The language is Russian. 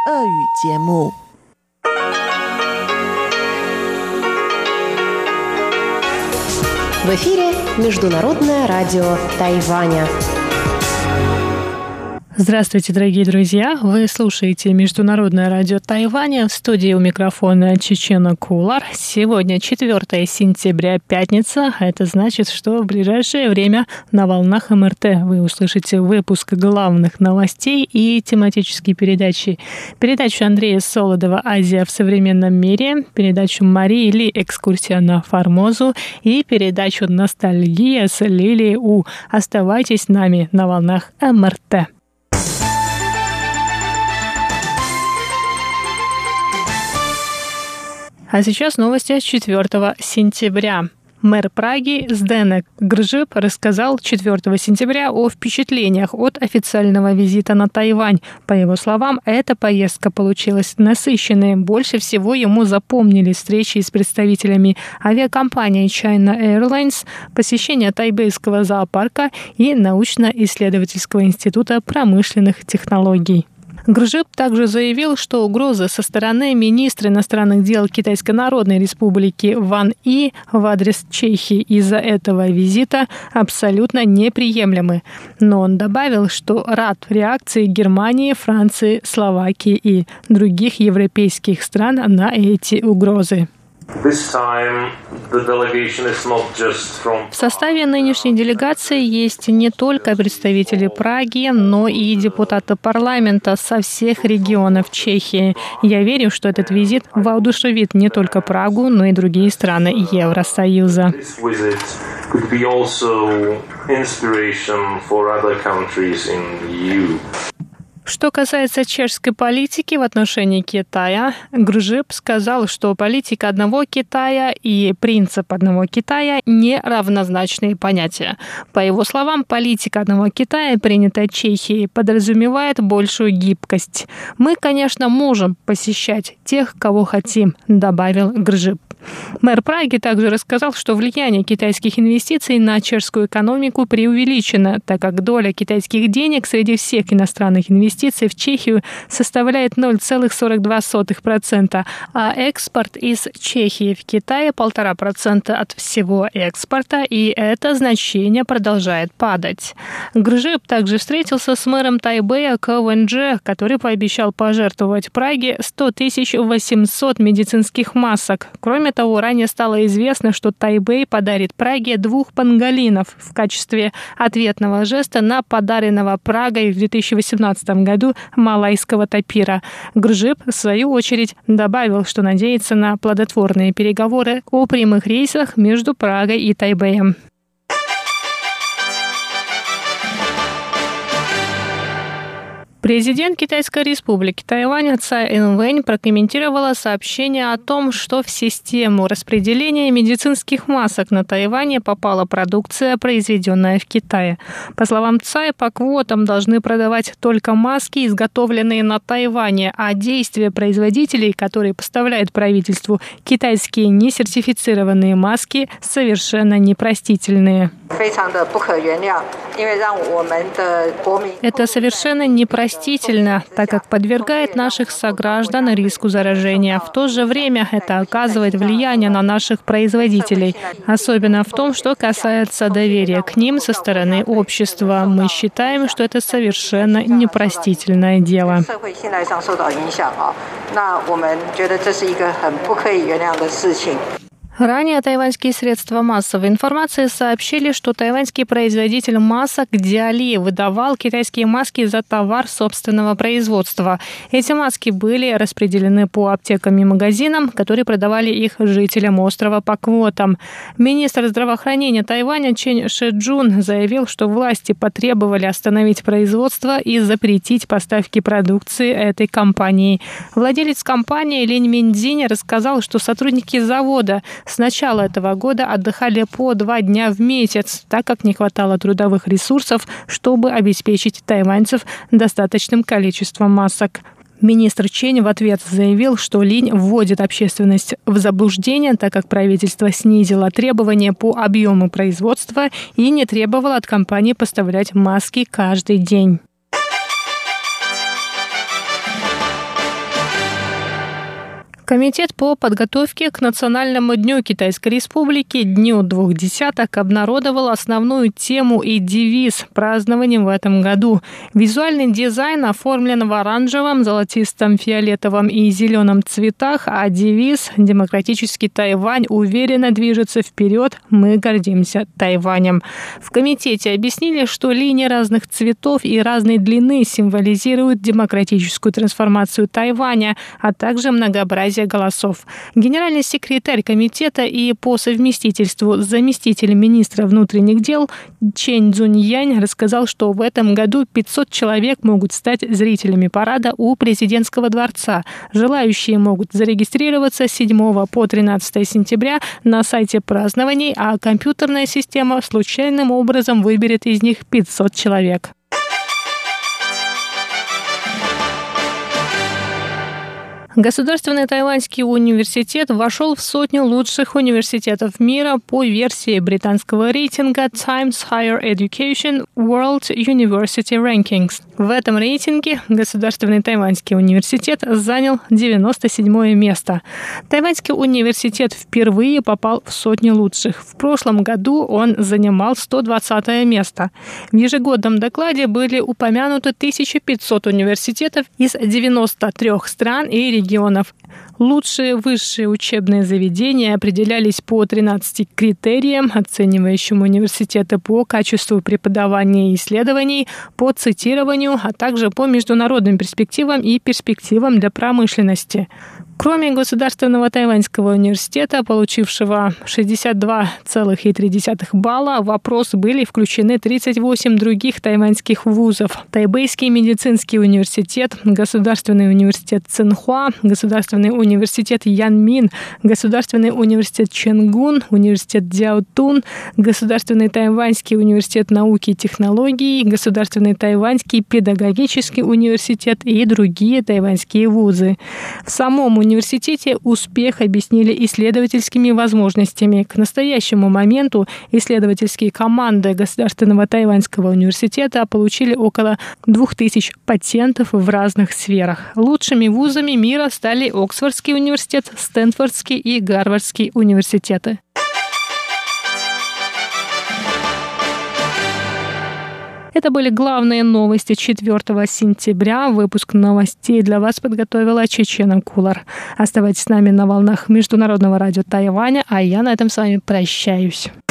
俄语节目。 В эфире Международное радио Тайваня. Здравствуйте, дорогие друзья! Вы слушаете Международное радио Тайваня. В студии у микрофона Чечена Кулар. Сегодня 4 сентября, пятница. Это значит, что в ближайшее время на волнах МРТ вы услышите выпуск главных новостей и тематические передачи. Передачу Андрея Солодова «Азия в современном мире», передачу Марии Ли «Экскурсия на Формозу» и передачу «Ностальгия» с Лилией У. Оставайтесь с нами на волнах МРТ. А сейчас новости с 4 сентября. Мэр Праги Зденек Гржиб рассказал 4 сентября о впечатлениях от официального визита на Тайвань. По его словам, эта поездка получилась насыщенной. Больше всего ему запомнились встречи с представителями авиакомпании China Airlines, посещение тайбэйского зоопарка и научно-исследовательского института промышленных технологий. Гржиб также заявил, что угрозы со стороны министра иностранных дел Китайской Народной Республики Ван И в адрес Чехии из-за этого визита абсолютно неприемлемы. Но он добавил, что рад реакции Германии, Франции, Словакии и других европейских стран на эти угрозы. В составе нынешней делегации есть не только представители Праги, но и депутаты парламента со всех регионов Чехии. Я верю, что этот визит воодушевит не только Прагу, но и другие страны Евросоюза. Что касается чешской политики в отношении Китая, Гржиб сказал, что политика одного Китая и принцип одного Китая не равнозначные понятия. По его словам, политика одного Китая, принятая Чехией, подразумевает большую гибкость. Мы, конечно, можем посещать тех, кого хотим, добавил Гржиб. Мэр Праги также рассказал, что влияние китайских инвестиций на чешскую экономику преувеличено, так как доля китайских денег среди всех иностранных инвестиций в Чехию составляет 0,42%, а экспорт из Чехии в Китай 1,5% от всего экспорта, и это значение продолжает падать. Гржиб также встретился с мэром Тайбэя Ко Вэньчжэ, который пообещал пожертвовать Праге 100 800 медицинских масок. Кроме того, ранее стало известно, что Тайбэй подарит Праге 2 панголинов в качестве ответного жеста на подаренного Прагой в 2018 году малайского тапира. Гржиб, в свою очередь, добавил, что надеется на плодотворные переговоры о прямых рейсах между Прагой и Тайбэем. Президент Китайской республики Тайвань Цай Инвэнь прокомментировала сообщение о том, что в систему распределения медицинских масок на Тайване попала продукция, произведенная в Китае. По словам Цай, по квотам должны продавать только маски, изготовленные на Тайване, а действия производителей, которые поставляют правительству китайские несертифицированные маски, совершенно непростительные. Это совершенно непростительно, так как подвергает наших сограждан риску заражения. В то же время это оказывает влияние на наших производителей, особенно в том, что касается доверия к ним со стороны общества. Мы считаем, что это совершенно непростительное дело. Ранее тайваньские средства массовой информации сообщили, что тайваньский производитель масок Диали выдавал китайские маски за товар собственного производства. Эти маски были распределены по аптекам и магазинам, которые продавали их жителям острова по квотам. Министр здравоохранения Тайваня Чен Шэджун заявил, что власти потребовали остановить производство и запретить поставки продукции этой компании. Владелец компании Линь Миндзинь рассказал, что сотрудники завода с начала этого года отдыхали по 2 дня в месяц, так как не хватало трудовых ресурсов, чтобы обеспечить тайваньцев достаточным количеством масок. Министр Чень в ответ заявил, что Линь вводит общественность в заблуждение, так как правительство снизило требования по объему производства и не требовало от компании поставлять маски каждый день. Комитет по подготовке к Национальному дню Китайской Республики, Дню двух десяток, обнародовал основную тему и девиз празднования в этом году. Визуальный дизайн оформлен в оранжевом, золотистом, фиолетовом и зеленом цветах, а девиз «Демократический Тайвань уверенно движется вперед. Мы гордимся Тайванем». В комитете объяснили, что линии разных цветов и разной длины символизируют демократическую трансформацию Тайваня, а также многообразие голосов. Генеральный секретарь комитета и по совместительству заместитель министра внутренних дел Чен Цзуньянь рассказал, что в этом году 500 человек могут стать зрителями парада у президентского дворца. Желающие могут зарегистрироваться с 7 по 13 сентября на сайте празднований, а компьютерная система случайным образом выберет из них 500 человек. Государственный тайваньский университет вошел в 100 лучших университетов мира по версии британского рейтинга Times Higher Education World University Rankings. В этом рейтинге Государственный тайваньский университет занял 97 место. Тайваньский университет впервые попал в 100 лучших. В прошлом году он занимал 120 место. В ежегодном докладе были упомянуты 1500 университетов из 93 стран и регионов. Лучшие высшие учебные заведения определялись по 13 критериям, оценивающим университеты по качеству преподавания и исследований, по цитированию, а также по международным перспективам и перспективам для промышленности. Кроме Государственного тайваньского университета, получившего 62,3 балла, в опрос были включены 38 других тайваньских вузов. Тайбэйский медицинский университет, Государственный университет Цинхуа, Государственный университет Янмин, Государственный университет Ченгун, университет Дзяотун, Государственный тайваньский университет науки и технологий, Государственный тайваньский педагогический университет и другие тайваньские вузы. В самом университете успех объяснили исследовательскими возможностями. К настоящему моменту исследовательские команды Государственного тайваньского университета получили около 2000 патентов в разных сферах. Лучшими вузами мира стали Оксфордский университет, Стэнфордский и Гарвардский университеты. Это были главные новости 4 сентября. Выпуск новостей для вас подготовила Чечена Кулар. Оставайтесь с нами на волнах Международного радио Тайваня, а я на этом с вами прощаюсь.